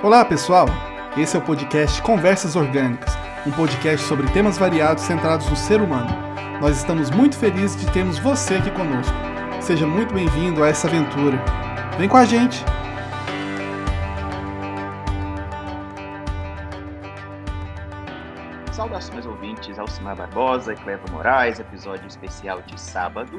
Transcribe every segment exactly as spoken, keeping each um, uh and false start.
Olá, pessoal! Esse é o podcast Conversas Orgânicas, um podcast sobre temas variados centrados no ser humano. Nós estamos muito felizes de termos você aqui conosco. Seja muito bem-vindo a essa aventura. Vem com a gente! Saudações ouvintes, Alcimar Barbosa e Clevo Moraes, episódio especial de sábado.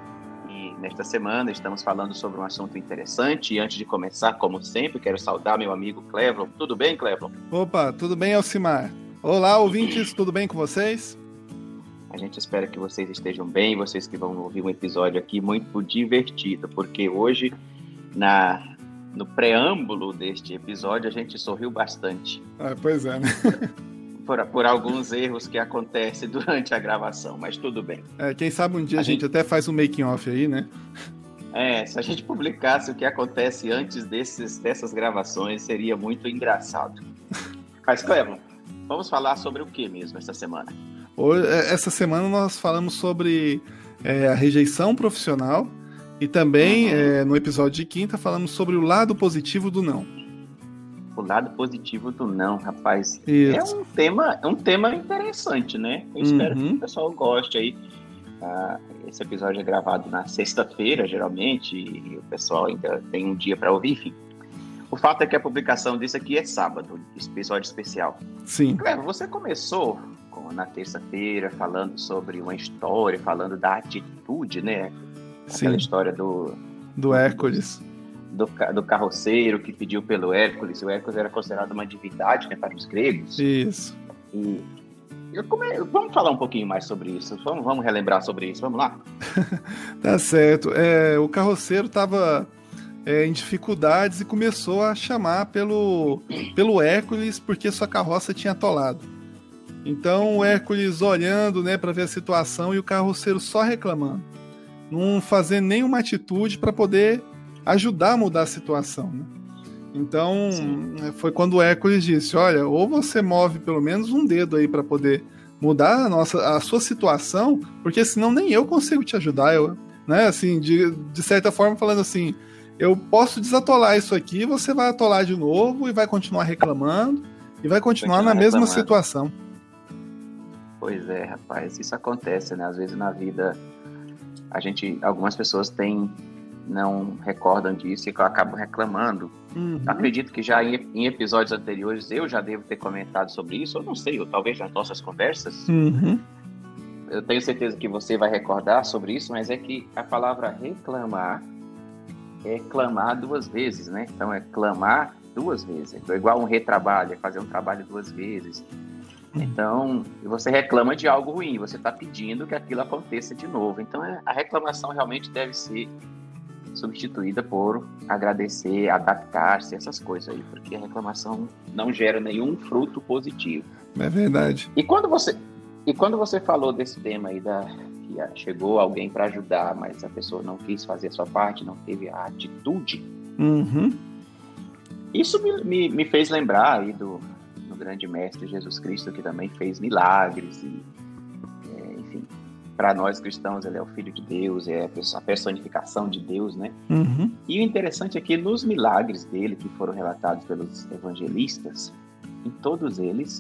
E nesta semana estamos falando sobre um assunto interessante. E antes de começar, como sempre, quero saudar meu amigo Clevo. Tudo bem, Clevo? Opa, tudo bem, Alcimar? Olá, ouvintes, tudo bem com vocês? A gente espera que vocês estejam bem, vocês que vão ouvir um episódio aqui muito divertido, porque hoje, na, no preâmbulo deste episódio, a gente sorriu bastante. Ah, pois é, né? Por, por alguns erros que acontecem durante a gravação, mas tudo bem. É, quem sabe um dia a, a gente, gente até faz um making off aí, né? É, se a gente publicasse o que acontece antes desses, dessas gravações, seria muito engraçado. Mas, Clevo, vamos falar sobre o que mesmo essa semana? Hoje, essa semana nós falamos sobre é, a rejeição profissional e também, uhum. é, no episódio de quinta, falamos sobre o lado positivo do não. O lado positivo do não, rapaz. Isso. É um tema, é um tema interessante, né? Eu uhum. espero que o pessoal goste aí. Ah, esse episódio é gravado na sexta-feira, geralmente, e o pessoal ainda tem um dia para ouvir, enfim. O fato é que a publicação disso aqui é sábado, esse episódio especial. Sim. Clevo, você começou na terça-feira falando sobre uma história, falando da atitude, né? Aquela Sim. história do... Do Hércules. Do, do carroceiro que pediu pelo Hércules. O Hércules era considerado uma divindade, né, para os gregos. Isso. E eu come... vamos falar um pouquinho mais sobre isso. Vamos, vamos relembrar sobre isso. Vamos lá? Tá certo. É, o carroceiro estava é, em dificuldades e começou a chamar pelo, pelo Hércules porque sua carroça tinha atolado. Então o Hércules olhando, né, para ver a situação e o carroceiro só reclamando, não fazendo nenhuma atitude para poder ajudar a mudar a situação, né? Então, Sim. foi quando o Hércules disse, olha, ou você move pelo menos um dedo aí para poder mudar a, nossa, a sua situação, porque senão nem eu consigo te ajudar, eu, né? Assim, de, de certa forma falando assim, eu posso desatolar isso aqui, você vai atolar de novo e vai continuar reclamando e vai continuar na mesma reclamando. situação. Pois é, rapaz, isso acontece, né? Às vezes na vida, a gente, algumas pessoas têm não recordam disso e que eu acabo reclamando. Uhum. Acredito que já em, em episódios anteriores eu já devo ter comentado sobre isso, eu não sei, ou talvez nas nossas conversas. Uhum. Eu tenho certeza que você vai recordar sobre isso, mas é que a palavra reclamar é clamar duas vezes, né? Então é clamar duas vezes. É igual um retrabalho, é fazer um trabalho duas vezes. Uhum. Então, você reclama de algo ruim, você está pedindo que aquilo aconteça de novo. Então, a reclamação realmente deve ser substituída por agradecer, adaptar-se, essas coisas aí, porque a reclamação não gera nenhum fruto positivo. É verdade. E quando você, e quando você falou desse tema aí, da, que chegou alguém para ajudar, mas a pessoa não quis fazer a sua parte, não teve a atitude, uhum. isso me, me, me fez lembrar aí do, do grande mestre Jesus Cristo, que também fez milagres e para nós cristãos, ele é o Filho de Deus, é a personificação de Deus, né? Uhum. E o interessante é que nos milagres dele, que foram relatados pelos evangelistas, em todos eles,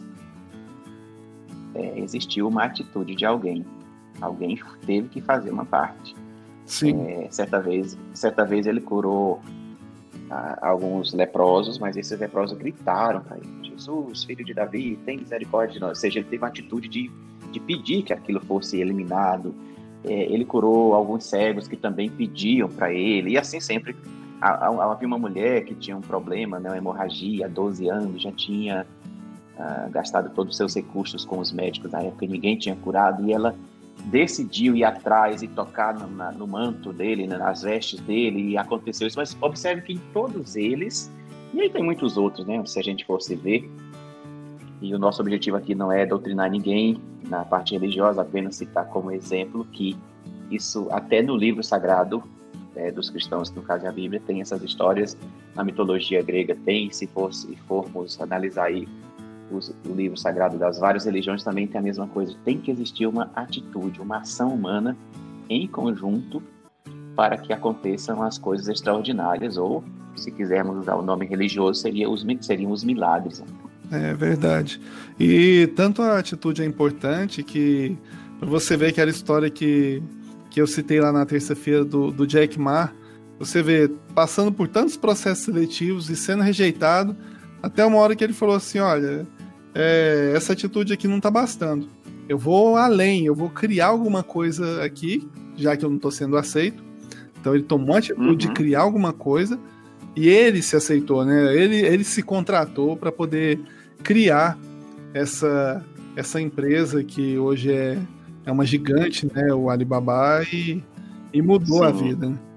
é, existiu uma atitude de alguém. Alguém teve que fazer uma parte. Sim. É, certa vez, certa vez ele curou ah, alguns leprosos, mas esses leprosos gritaram para ele, Jesus, filho de Davi, tem misericórdia de nós. Ou seja, ele teve uma atitude de de pedir que aquilo fosse eliminado. É, ele curou alguns cegos que também pediam para ele, e assim sempre. Havia uma mulher que tinha um problema, né, uma hemorragia, há doze anos, já tinha uh, gastado todos os seus recursos com os médicos na época, e ninguém tinha curado, e ela decidiu ir atrás e tocar no, na, no manto dele, né, nas vestes dele, e aconteceu isso. Mas observe que em todos eles, e aí tem muitos outros, né, se a gente fosse ver, e o nosso objetivo aqui não é doutrinar ninguém na parte religiosa, apenas citar como exemplo que isso, até no livro sagrado é, dos cristãos, no caso da Bíblia, tem essas histórias, na mitologia grega tem, se, for, se formos analisar aí os, o livro sagrado das várias religiões, também tem a mesma coisa. Tem que existir uma atitude, uma ação humana em conjunto para que aconteçam as coisas extraordinárias ou se quisermos usar o nome religioso, seria os, seriam os milagres. É verdade. E tanto a atitude é importante que, para você ver aquela história que, que eu citei lá na terça-feira do, do Jack Ma, você vê, passando por tantos processos seletivos e sendo rejeitado, até uma hora que ele falou assim, olha, é, essa atitude aqui não tá bastando. Eu vou além, eu vou criar alguma coisa aqui, já que eu não tô sendo aceito. Então ele tomou a atitude uhum. de criar alguma coisa e ele se aceitou, né? Ele, ele se contratou para poder criar essa, essa empresa que hoje é, é uma gigante, né? O Alibaba, e, e mudou Sim. a vida, né?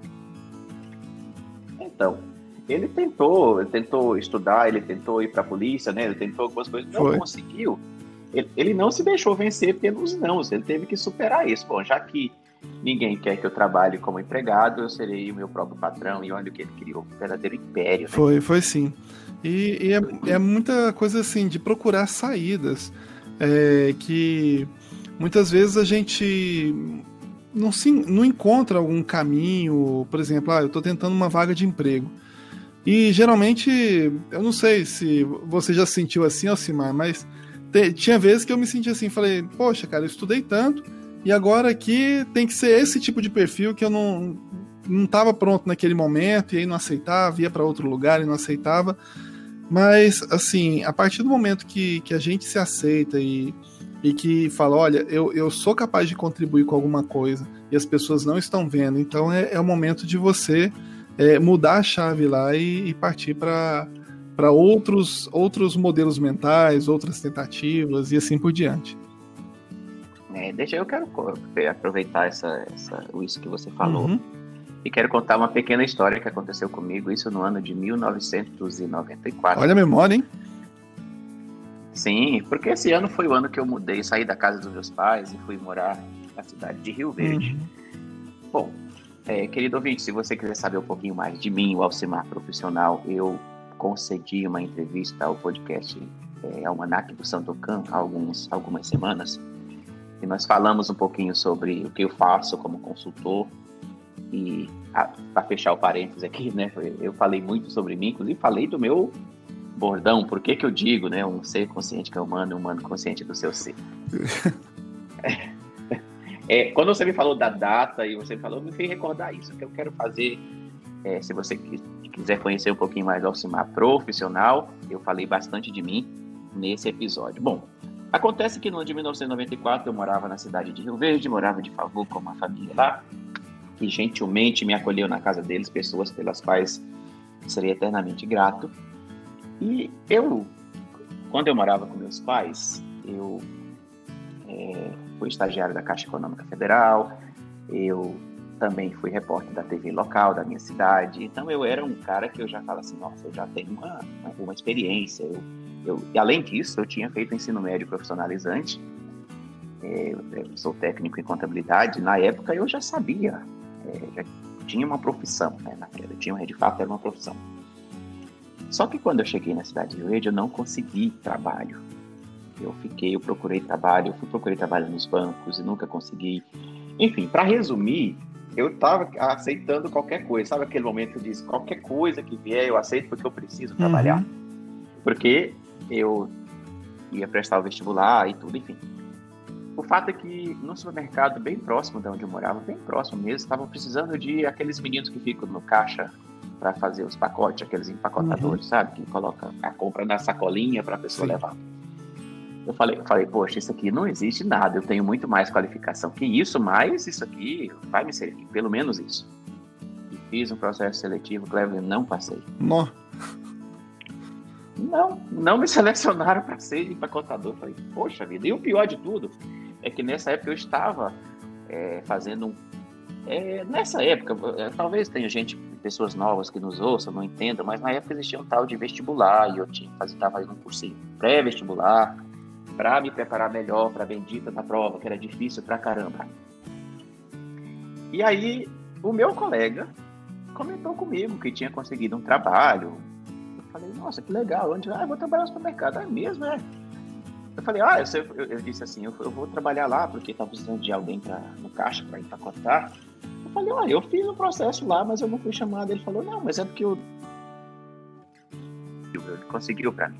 Então, ele tentou, ele tentou estudar, ele tentou ir para a polícia, né? Ele tentou algumas coisas, não Foi. conseguiu. Ele, ele não se deixou vencer pelos nãos, ele teve que superar isso. Bom, já que ninguém quer que eu trabalhe como empregado, eu serei o meu próprio patrão, e olha o que ele criou, um verdadeiro império. Né? Foi, foi sim. E, e é, é muita coisa assim, de procurar saídas, é, que muitas vezes a gente não, se, não encontra algum caminho. Por exemplo, ah, eu estou tentando uma vaga de emprego. E geralmente, eu não sei se você já se sentiu assim, Alcimar, mas te, tinha vezes que eu me sentia assim, falei, poxa, cara, eu estudei tanto, e agora aqui tem que ser esse tipo de perfil que eu não não estava pronto naquele momento, e aí não aceitava, ia para outro lugar e não aceitava. Mas, assim, a partir do momento que, que a gente se aceita e, e que fala, olha, eu, eu sou capaz de contribuir com alguma coisa e as pessoas não estão vendo, então é, é o momento de você é, mudar a chave lá e, e partir para para outros, outros modelos mentais, outras tentativas e assim por diante. É, deixa eu quero aproveitar essa, essa, isso que você falou. Uhum. E quero contar uma pequena história que aconteceu comigo, isso no ano de mil novecentos e noventa e quatro. Olha a memória, hein? Sim, porque esse ano foi o ano que eu mudei, saí da casa dos meus pais e fui morar na cidade de Rio Verde. Uhum. Bom, é, querido ouvinte, se você quiser saber um pouquinho mais de mim, o Alcimar profissional, eu concedi uma entrevista ao podcast é, Almanac do Sandokan há alguns, algumas semanas, e nós falamos um pouquinho sobre o que eu faço como consultor. E para fechar o parênteses aqui, né, eu falei muito sobre mim, inclusive falei do meu bordão, por que que eu digo, né, um ser consciente que é humano, um humano consciente do seu ser. é, é, quando você me falou da data e você falou, me fez recordar isso, que eu quero fazer, é, se você quiser conhecer um pouquinho mais do Alcimar profissional, eu falei bastante de mim nesse episódio. Bom, acontece que no ano de mil novecentos e noventa e quatro eu morava na cidade de Rio Verde, morava de favor com uma família lá, que gentilmente me acolheu na casa deles, pessoas pelas quais serei eternamente grato. E eu, quando eu morava com meus pais, eu é, fui estagiário da Caixa Econômica Federal, eu também fui repórter da T V local da minha cidade, então eu era um cara que eu já falo assim, nossa, eu já tenho uma, uma experiência. Eu, eu, e além disso, eu tinha feito ensino médio profissionalizante, é, eu sou técnico em contabilidade, na época eu já sabia, É, já tinha uma profissão, né? Eu tinha, de fato, era uma profissão. Só que quando eu cheguei na cidade de Rio Verde, eu não consegui trabalho. Eu fiquei, eu procurei trabalho, eu fui procurei trabalho nos bancos e nunca consegui. Enfim, para resumir, eu estava aceitando qualquer coisa. Sabe aquele momento que eu disse, qualquer coisa que vier eu aceito porque eu preciso trabalhar. Uhum. Porque eu ia prestar o vestibular e tudo, enfim. O fato é que no supermercado bem próximo de onde eu morava, bem próximo mesmo, estavam precisando de aqueles meninos que ficam no caixa para fazer os pacotes, aqueles empacotadores, uhum. sabe? Que coloca a compra na sacolinha para a pessoa Sim. levar. Eu falei, eu falei, poxa, isso aqui não existe nada, eu tenho muito mais qualificação que isso, mas isso aqui vai me servir, pelo menos isso. E fiz um processo seletivo, Cleber, não passei. Não. Não, não me selecionaram para ser empacotador. Falei, poxa vida, e o pior de tudo é que nessa época eu estava é, fazendo um... É, nessa época, é, talvez tenha gente, pessoas novas que nos ouçam, não entendam, mas na época existia um tal de vestibular e eu tinha estava fazendo um cursinho pré-vestibular para me preparar melhor para a bendita da prova, que era difícil pra caramba. E aí, o meu colega comentou comigo que tinha conseguido um trabalho. Eu falei, nossa, que legal, onde? Ah, eu vou trabalhar no supermercado. Ah, mesmo, é? Eu falei, ah, eu, sei, eu, eu disse assim, eu, eu vou trabalhar lá porque tá precisando de alguém pra, no caixa para empacotar. Eu falei, olha, eu fiz um processo lá, mas eu não fui chamado. Ele falou, não, mas é porque eu, ele conseguiu para mim.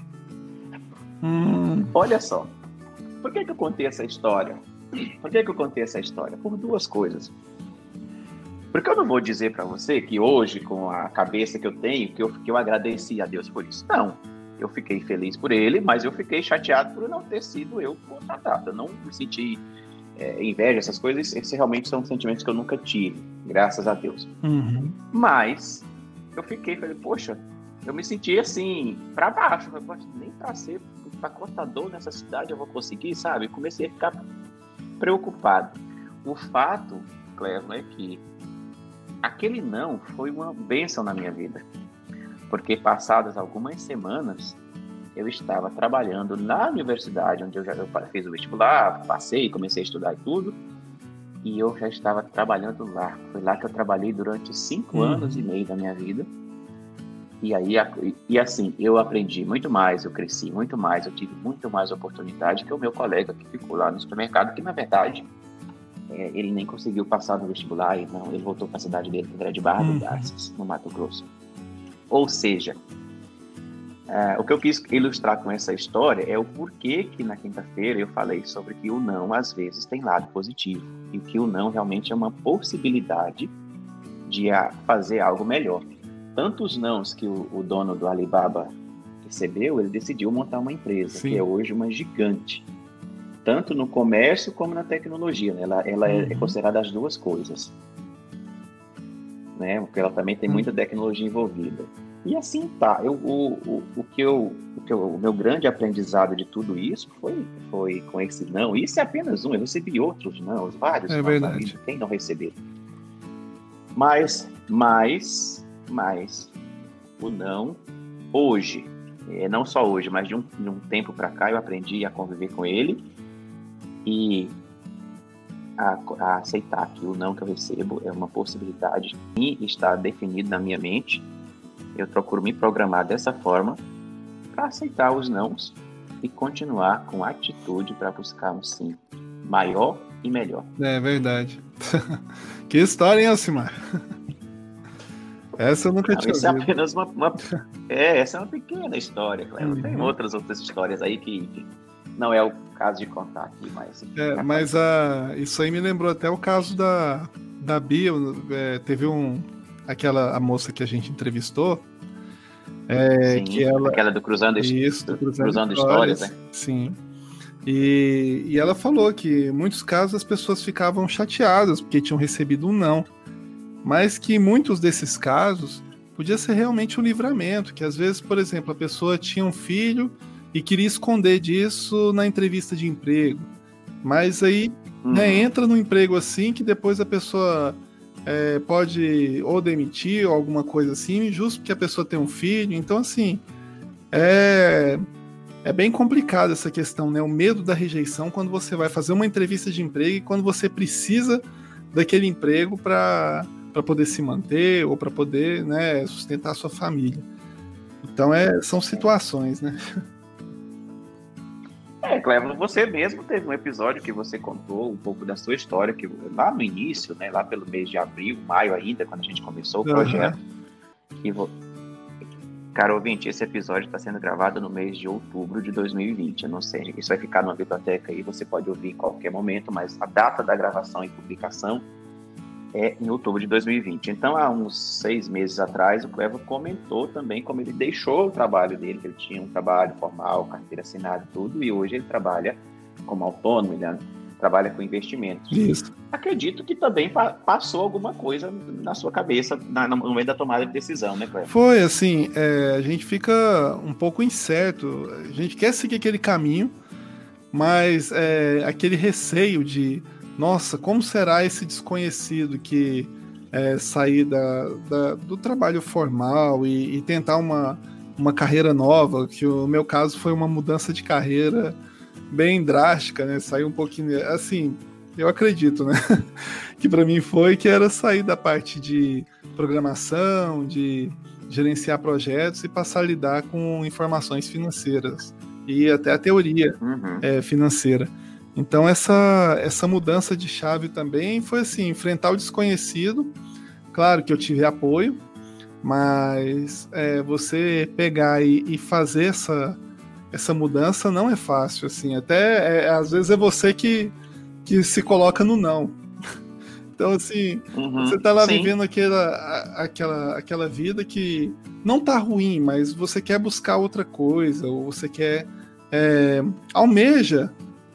Hum. Olha só, por que que eu contei essa história? Por que que eu contei essa história? Por duas coisas. Porque eu não vou dizer para você que hoje, com a cabeça que eu tenho, que eu, que eu agradeci a Deus por isso. Não, eu fiquei feliz por ele, mas eu fiquei chateado por não ter sido eu contratado. Eu não me senti é, inveja, essas coisas, esses realmente são sentimentos que eu nunca tive, graças a Deus. Uhum. Mas eu fiquei, falei, poxa, eu me senti assim, para baixo, eu falei, nem para ser empacotador nessa cidade eu vou conseguir, sabe? Comecei a ficar preocupado. O fato, Clevo, é que aquele não foi uma bênção na minha vida, porque passadas algumas semanas eu estava trabalhando na universidade, onde eu já eu fiz o vestibular, passei, comecei a estudar e tudo, e eu já estava trabalhando lá. Foi lá que eu trabalhei durante cinco uhum. anos e meio da minha vida. E aí, e assim, eu aprendi muito mais, eu cresci muito mais, eu tive muito mais oportunidade que o meu colega que ficou lá no supermercado, que na verdade é, ele nem conseguiu passar no vestibular, e não, ele voltou para a cidade dele, que era de Barra do Garças, no Mato Grosso. Ou seja, é, o que eu quis ilustrar com essa história é o porquê que na quinta-feira eu falei sobre que o não às vezes tem lado positivo, e que o não realmente é uma possibilidade de a, fazer algo melhor. Tantos nãos que o, o dono do Alibaba recebeu, ele decidiu montar uma empresa, Sim. que é hoje uma gigante. Tanto no comércio como na tecnologia. Né? Ela, ela uhum. é considerada as duas coisas. Né? Porque ela também tem uhum. muita tecnologia envolvida. E assim tá. Eu, o, o, o, que eu, o, que eu, o meu grande aprendizado de tudo isso foi, foi com esse não. Isso é apenas um. Eu recebi outros não, vários. É não, verdade. Quem não recebeu? Mas... mas Mas o não, hoje, é, não só hoje, mas de um, de um tempo para cá, eu aprendi a conviver com ele e a, a aceitar que o não que eu recebo é uma possibilidade e está definido na minha mente. Eu procuro me programar dessa forma para aceitar os nãos e continuar com atitude para buscar um sim maior e melhor. É verdade. Que história, hein, Alcimar? Essa eu nunca não, tinha Isso ouvido. é apenas uma, uma... É, essa é uma pequena história, claro. Uhum. Tem outras outras histórias aí que, que não é o caso de contar aqui, mas... É, mas a, isso aí me lembrou até o caso da, da Bia. É, teve um... Aquela a moça que a gente entrevistou. É, Sim, que ela, aquela do Cruzando, isso, do Cruzando, cruzando Histórias, histórias né? Sim. E, e ela falou que em muitos casos as pessoas ficavam chateadas porque tinham recebido um não. Mas que muitos desses casos podia ser realmente um livramento, que às vezes, por exemplo, a pessoa tinha um filho e queria esconder disso na entrevista de emprego, mas aí uhum. né, entra no emprego assim que depois a pessoa é, pode ou demitir ou alguma coisa assim, justo porque a pessoa tem um filho. Então assim, é, é bem complicado essa questão, né? O medo da rejeição quando você vai fazer uma entrevista de emprego e quando você precisa daquele emprego para para poder se manter ou para poder, né, sustentar a sua família. Então é, são situações, né? É, Clevo, você mesmo teve um episódio que você contou um pouco da sua história, que lá no início, né, lá pelo mês de abril, maio ainda, quando a gente começou o projeto, uhum. que vo... Cara, ouvinte, esse episódio está sendo gravado no mês de outubro de dois mil e vinte, eu não sei, isso vai ficar numa biblioteca aí, você pode ouvir em qualquer momento, mas a data da gravação e publicação é em outubro de dois mil e vinte. Então, há uns seis meses atrás, o Clevo comentou também como ele deixou o trabalho dele, que ele tinha um trabalho formal, carteira assinada e tudo, e hoje ele trabalha como autônomo, ele trabalha com investimentos. Isso. Acredito que também pa- passou alguma coisa na sua cabeça na, no momento da tomada de decisão, né, Clevo? Foi, assim, é, a gente fica um pouco incerto, a gente quer seguir aquele caminho, mas é, aquele receio de nossa, como será esse desconhecido que é, sair da, da, do trabalho formal e, e tentar uma, uma carreira nova, que o meu caso foi uma mudança de carreira bem drástica, né? Sair um pouquinho, assim, eu acredito, né? Que para mim foi que era sair da parte de programação, de gerenciar projetos e passar a lidar com informações financeiras e até a teoria uhum. é, financeira. Então essa, essa mudança de chave também foi assim, enfrentar o desconhecido. Claro que eu tive apoio, Mas é, você pegar e, e fazer essa, essa mudança não é fácil, assim. Até, é, às vezes, é você que, que se coloca no não. Então, assim, Uhum, você tá lá sim. vivendo aquela, aquela, aquela vida que não tá ruim, mas você quer buscar outra coisa, ou você quer, é, almeja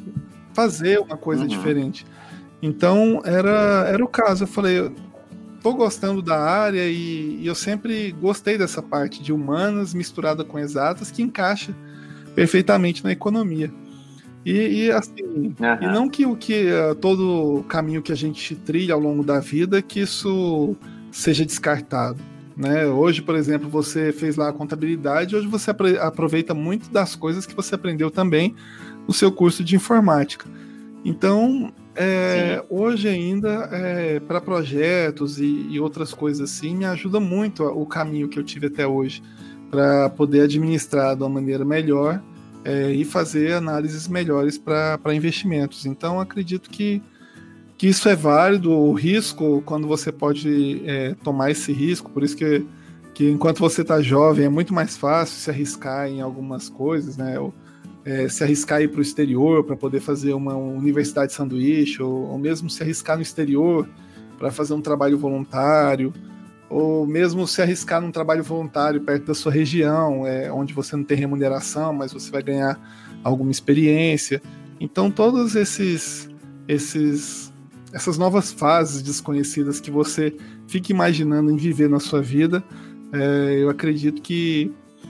fazer uma coisa Uhum. diferente. Então, era, era o caso. Eu falei, eu tô gostando da área e, e eu sempre gostei dessa parte de humanas misturada com exatas que encaixa perfeitamente na economia. E, e assim, Uhum. e não que o que uh, todo o caminho que a gente trilha ao longo da vida que isso seja descartado, né? Hoje, por exemplo, você fez lá a contabilidade, hoje você apre- aproveita muito das coisas que você aprendeu também no seu curso de informática. Então, é, hoje ainda, é, para projetos e, e outras coisas assim, me ajuda muito o caminho que eu tive até hoje para poder administrar de uma maneira melhor. É, e fazer análises melhores para investimentos. Então, acredito que, que isso é válido. O risco, quando você pode é, tomar esse risco, por isso que, que enquanto você está jovem, é muito mais fácil se arriscar em algumas coisas, né? Ou, é, se arriscar ir para o exterior para poder fazer uma universidade sanduíche, ou, ou mesmo se arriscar no exterior para fazer um trabalho voluntário, ou mesmo se arriscar num trabalho voluntário perto da sua região, é, onde você não tem remuneração, mas você vai ganhar alguma experiência. Então, todos esses, esses, essas novas fases desconhecidas que você fica imaginando em viver na sua vida, é, eu acredito que,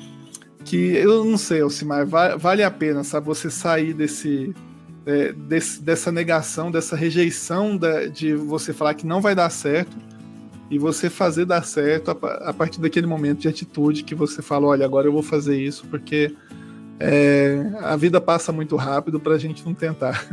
que, eu não sei, Alcimar, vale, vale a pena, sabe, você sair desse, é, desse, dessa negação, dessa rejeição da, de você falar que não vai dar certo, e você fazer dar certo a, a partir daquele momento de atitude que você fala, olha, agora eu vou fazer isso, porque é, a vida passa muito rápido para a gente não tentar.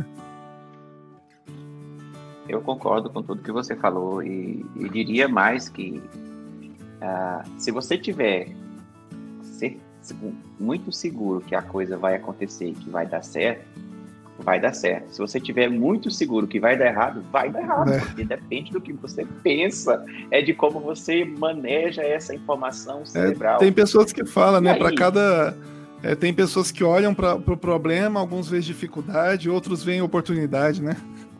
Eu concordo com tudo que você falou e, e diria mais que uh, se você tiver ser, muito seguro que a coisa vai acontecer e que vai dar certo, vai dar certo. Se você estiver muito seguro que vai dar errado, vai dar errado, é. Porque depende do que você pensa, é de como você maneja essa informação cerebral. É, tem pessoas que falam, e né, para cada... É, tem pessoas que olham para o pro problema, alguns veem dificuldade, outros veem oportunidade, né?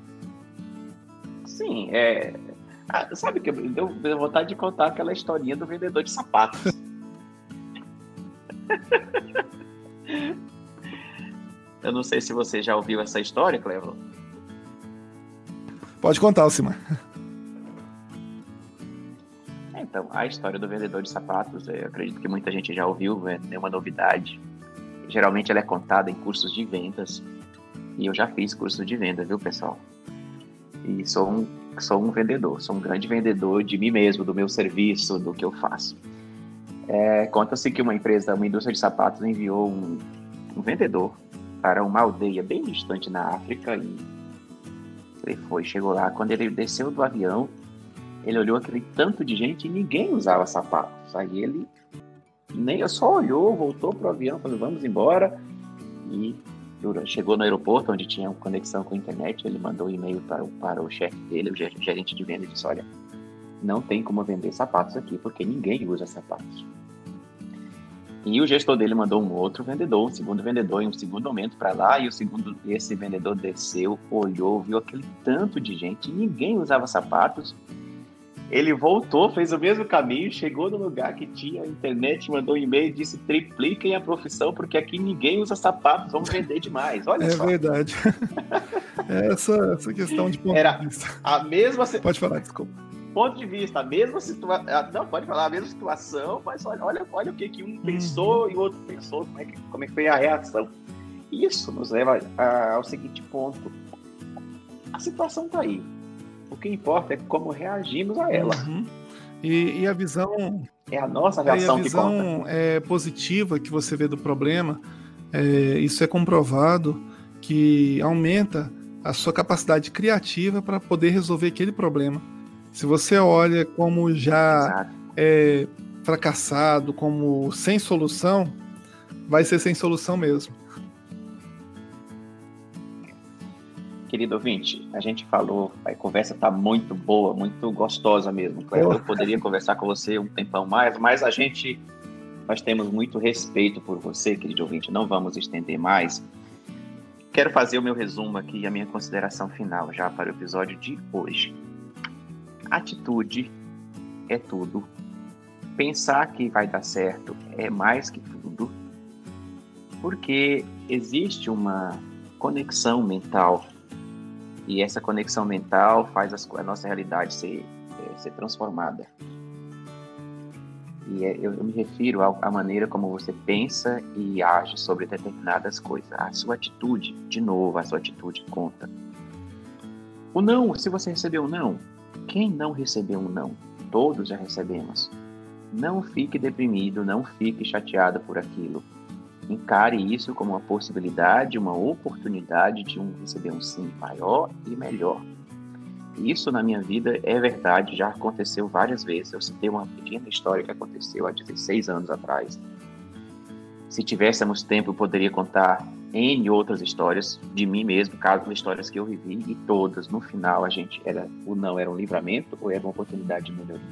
Sim, é... Ah, sabe que deu, deu vontade de contar aquela historinha do vendedor de sapatos. Eu não sei se você já ouviu essa história, Clevo. Pode contar, Alcimar. Então, a história do vendedor de sapatos, eu acredito que muita gente já ouviu, não é nenhuma novidade. Geralmente ela é contada em cursos de vendas. E eu já fiz curso de venda, viu, pessoal? E sou um, sou um vendedor, sou um grande vendedor de mim mesmo, do meu serviço, do que eu faço. É, conta-se que uma empresa, uma indústria de sapatos enviou um, um vendedor para uma aldeia bem distante na África e ele foi, chegou lá, quando ele desceu do avião, ele olhou aquele tanto de gente e ninguém usava sapatos. Aí ele nem só olhou, voltou pro avião, falou, vamos embora. E chegou no aeroporto, onde tinha conexão com a internet, ele mandou um e-mail para, para o chefe dele, o gerente de venda, e disse, olha, não tem como vender sapatos aqui, porque ninguém usa sapatos. E o gestor dele mandou um outro vendedor, um segundo vendedor, em um segundo momento para lá, e o segundo, esse vendedor desceu, olhou, viu aquele tanto de gente, ninguém usava sapatos. Ele voltou, fez o mesmo caminho, chegou no lugar que tinha internet, mandou um e-mail e disse, tripliquem a profissão, porque aqui ninguém usa sapatos, vamos vender demais. Olha é só. É verdade. essa, essa questão de ponto Era de vista. A mesma... Pode falar, desculpa. Ponto de vista, a mesma situação, não, pode falar, a mesma situação, mas olha, olha, olha o que, que um pensou e o outro pensou, como é, que, como é que foi a reação. Isso nos leva a, ao seguinte ponto. A situação está aí. O que importa é como reagimos a ela. Uhum. E, e a visão... É a nossa reação é, que conta. A visão é, positiva que você vê do problema, é, isso é comprovado que aumenta a sua capacidade criativa para poder resolver aquele problema. Se você olha como já é fracassado, como sem solução, vai ser sem solução mesmo. querido ouvinte, a gente falou, a conversa está muito boa, muito gostosa mesmo. Cleber, eu poderia conversar com você um tempão mais, mas a gente, nós temos muito respeito por você, querido ouvinte, não vamos estender mais. Quero fazer o meu resumo aqui, a minha consideração final já para o episódio de hoje. Atitude é tudo. Pensar que vai dar certo é mais que tudo, porque existe uma conexão mental, e essa conexão mental faz as, a nossa realidade ser, é, ser transformada. E é, eu, eu me refiro à, à maneira como você pensa e age sobre determinadas coisas. A sua atitude, de novo, a sua atitude conta. O não, se você recebeu um não, quem não recebeu um não? Todos já recebemos. Não fique deprimido, não fique chateado por aquilo. Encare isso como uma possibilidade, uma oportunidade de um receber um sim maior e melhor. Isso na minha vida é verdade, já aconteceu várias vezes. Eu citei uma pequena história que aconteceu há dezesseis anos atrás. Se tivéssemos tempo, eu poderia contar N outras histórias de mim mesmo, caso de histórias que eu vivi, e todas, no final, a gente era, o não era um livramento ou era uma oportunidade de melhoria.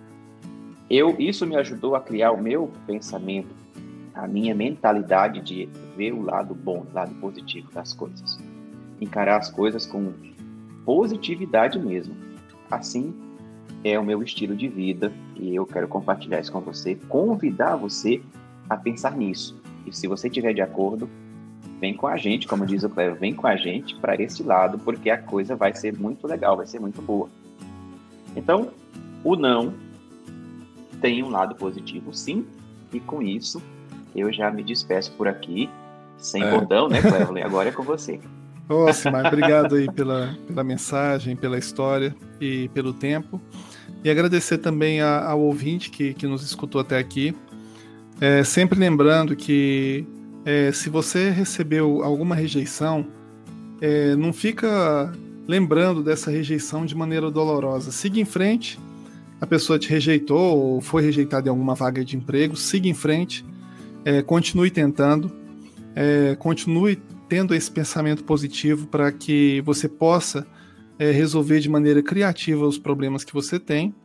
Eu, isso me ajudou a criar o meu pensamento, a minha mentalidade de ver o lado bom, o lado positivo das coisas. Encarar as coisas com positividade mesmo. Assim é o meu estilo de vida e eu quero compartilhar isso com você, convidar você a pensar nisso. E se você estiver de acordo, vem com a gente, como diz o Cleber, vem com a gente para esse lado, porque a coisa vai ser muito legal, vai ser muito boa. Então, o não tem um lado positivo, sim, e com isso eu já me despeço por aqui, sem é. bordão, né, Cleber? Agora é com você. Ô, Simar, obrigado aí pela, pela mensagem, pela história e pelo tempo. E agradecer também a, ao ouvinte que, que nos escutou até aqui. É, sempre lembrando que é, se você recebeu alguma rejeição, é, não fica lembrando dessa rejeição de maneira dolorosa. Siga em frente. A pessoa te rejeitou ou foi rejeitada em alguma vaga de emprego, siga em frente. É, continue tentando, é, continue tendo esse pensamento positivo para que você possa é, resolver de maneira criativa os problemas que você tem.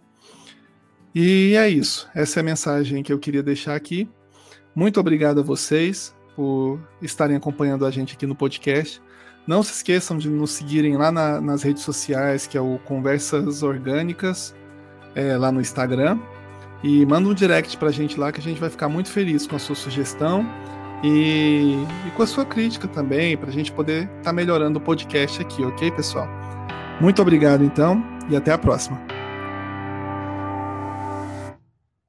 E é isso, essa é a mensagem que eu queria deixar aqui. Muito obrigado a vocês por estarem acompanhando a gente aqui no podcast. Não se esqueçam de nos seguirem lá na, nas redes sociais, que é o Conversas Orgânicas, é, lá no Instagram. E manda um direct pra gente lá que a gente vai ficar muito feliz com a sua sugestão e, e com a sua crítica também, pra gente poder estar tá melhorando o podcast aqui, ok, pessoal? Muito obrigado então e até a próxima.